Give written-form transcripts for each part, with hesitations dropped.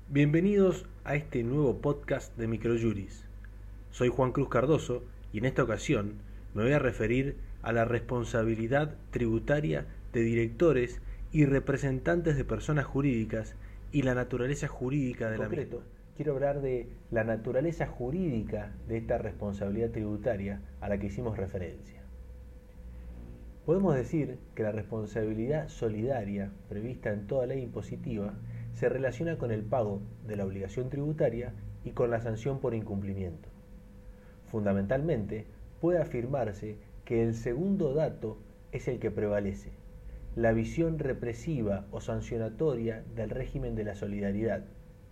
Bienvenidos a este nuevo podcast de Microjuris. Soy Juan Cruz Cardoso y en esta ocasión me voy a referir a la responsabilidad tributaria de directores y representantes de personas jurídicas y la naturaleza jurídica de la misma. Quiero hablar de la naturaleza jurídica de esta responsabilidad tributaria a la que hicimos referencia. Podemos decir que la responsabilidad solidaria prevista en toda ley impositiva se relaciona con el pago de la obligación tributaria y con la sanción por incumplimiento. Fundamentalmente, puede afirmarse que el segundo dato es el que prevalece, la visión represiva o sancionatoria del régimen de la solidaridad.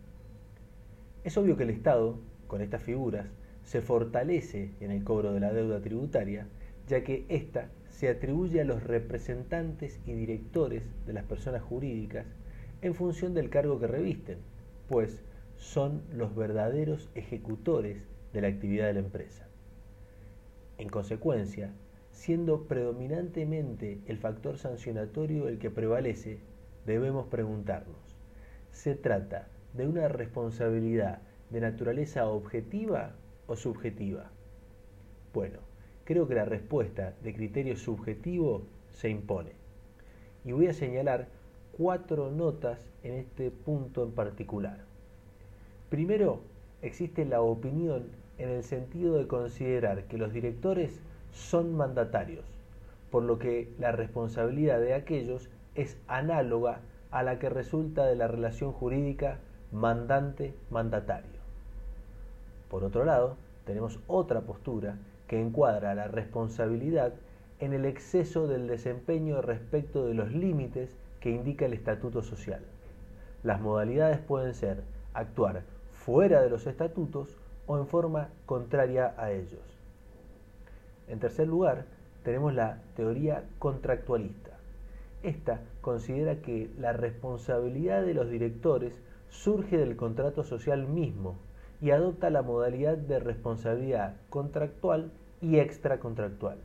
Es obvio que el Estado, con estas figuras, se fortalece en el cobro de la deuda tributaria, ya que ésta se atribuye a los representantes y directores de las personas jurídicas en función del cargo que revisten, pues son los verdaderos ejecutores de la actividad de la empresa. En consecuencia, siendo predominantemente el factor sancionatorio el que prevalece, debemos preguntarnos, ¿se trata de una responsabilidad de naturaleza objetiva o subjetiva? Bueno, creo que la respuesta de criterio subjetivo se impone. Y voy a señalar 4 notas en este punto en particular. Primero, existe la opinión en el sentido de considerar que los directores son mandatarios, por lo que la responsabilidad de aquellos es análoga a la que resulta de la relación jurídica mandante-mandatario. Por otro lado, tenemos otra postura que encuadra la responsabilidad en el exceso del desempeño respecto de los límites que indica el estatuto social. Las modalidades pueden ser actuar fuera de los estatutos o en forma contraria a ellos. En tercer lugar, tenemos la teoría contractualista. Esta considera que la responsabilidad de los directores surge del contrato social mismo y adopta la modalidad de responsabilidad contractual y extracontractual.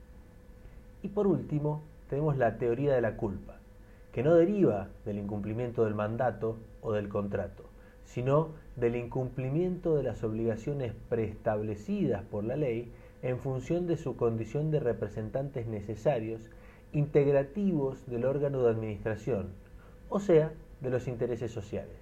Y por último, tenemos la teoría de la culpa, que no deriva del incumplimiento del mandato o del contrato, sino del incumplimiento de las obligaciones preestablecidas por la ley en función de su condición de representantes necesarios, integrativos del órgano de administración, o sea, de los intereses sociales.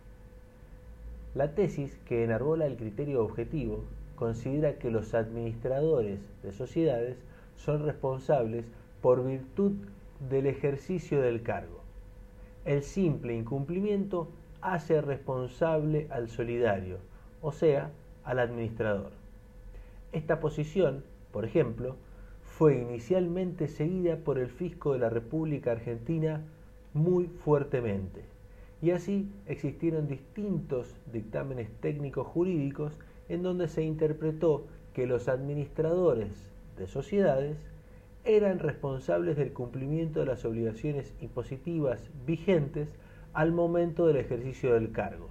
La tesis que enarbola el criterio objetivo considera que los administradores de sociedades son responsables por virtud del ejercicio del cargo. El simple incumplimiento hace responsable al solidario, o sea, al administrador. Esta posición, por ejemplo, fue inicialmente seguida por el fisco de la República Argentina muy fuertemente, y así existieron distintos dictámenes técnicos jurídicos en donde se interpretó que los administradores de sociedades eran responsables del cumplimiento de las obligaciones impositivas vigentes al momento del ejercicio del cargo.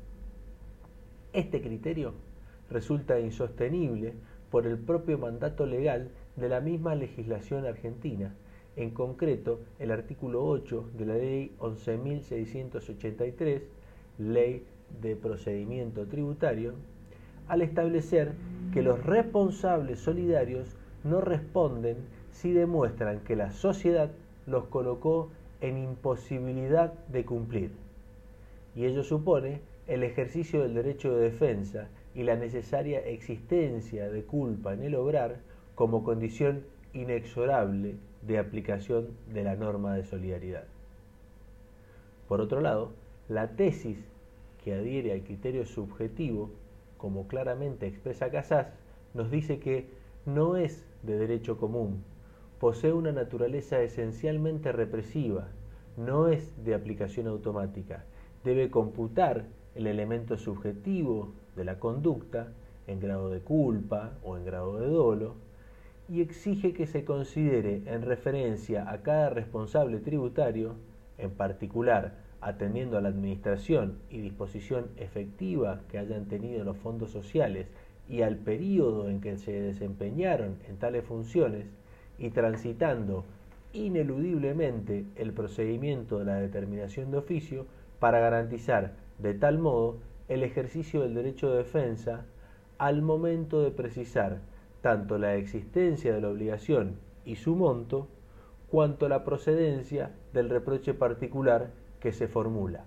Este criterio resulta insostenible por el propio mandato legal de la misma legislación argentina, en concreto el artículo 8 de la Ley 11.683, Ley de Procedimiento Tributario, al establecer que los responsables solidarios no responden si demuestran que la sociedad los colocó en imposibilidad de cumplir, y ello supone el ejercicio del derecho de defensa y la necesaria existencia de culpa en el obrar como condición inexorable de aplicación de la norma de solidaridad. Por otro lado, la tesis que adhiere al criterio subjetivo, como claramente expresa Casas, nos dice que no es de derecho común, posee una naturaleza esencialmente represiva, no es de aplicación automática, debe computar el elemento subjetivo de la conducta en grado de culpa o en grado de dolo y exige que se considere en referencia a cada responsable tributario, en particular atendiendo a la administración y disposición efectiva que hayan tenido los fondos sociales y al período en que se desempeñaron en tales funciones, y transitando ineludiblemente el procedimiento de la determinación de oficio para garantizar de tal modo el ejercicio del derecho de defensa al momento de precisar tanto la existencia de la obligación y su monto, cuanto la procedencia del reproche particular que se formula.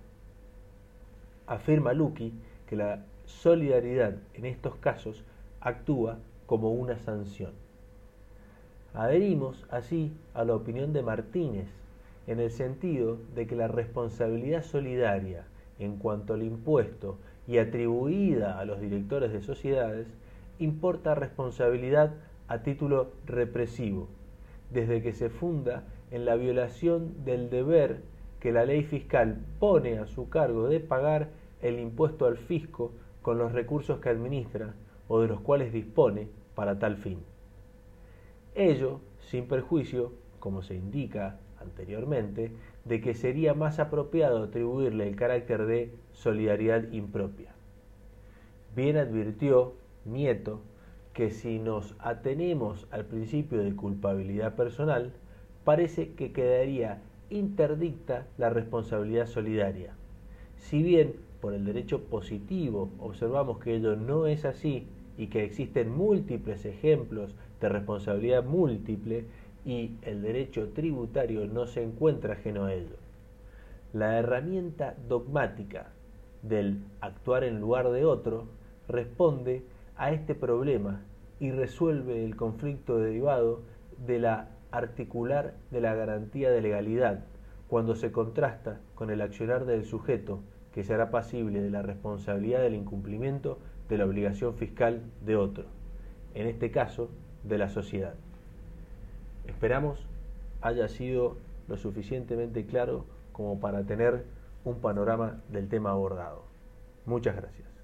Afirma Luckey que la solidaridad en estos casos actúa como una sanción. Adherimos así a la opinión de Martínez, en el sentido de que la responsabilidad solidaria en cuanto al impuesto y atribuida a los directores de sociedades importa responsabilidad a título represivo, desde que se funda en la violación del deber que la ley fiscal pone a su cargo de pagar el impuesto al fisco con los recursos que administra o de los cuales dispone para tal fin. Ello sin perjuicio, como se indica anteriormente, de que sería más apropiado atribuirle el carácter de solidaridad impropia. Bien advirtió Nieto que si nos atenemos al principio de culpabilidad personal, parece que quedaría interdicta la responsabilidad solidaria. Si bien por el derecho positivo observamos que ello no es así y que existen múltiples ejemplos de responsabilidad múltiple y el derecho tributario no se encuentra ajeno a ello. La herramienta dogmática del actuar en lugar de otro responde a este problema y resuelve el conflicto derivado de la articular de la garantía de legalidad cuando se contrasta con el accionar del sujeto que será pasible de la responsabilidad del incumplimiento de la obligación fiscal de otro, en este caso de la sociedad. Esperamos haya sido lo suficientemente claro como para tener un panorama del tema abordado. Muchas gracias.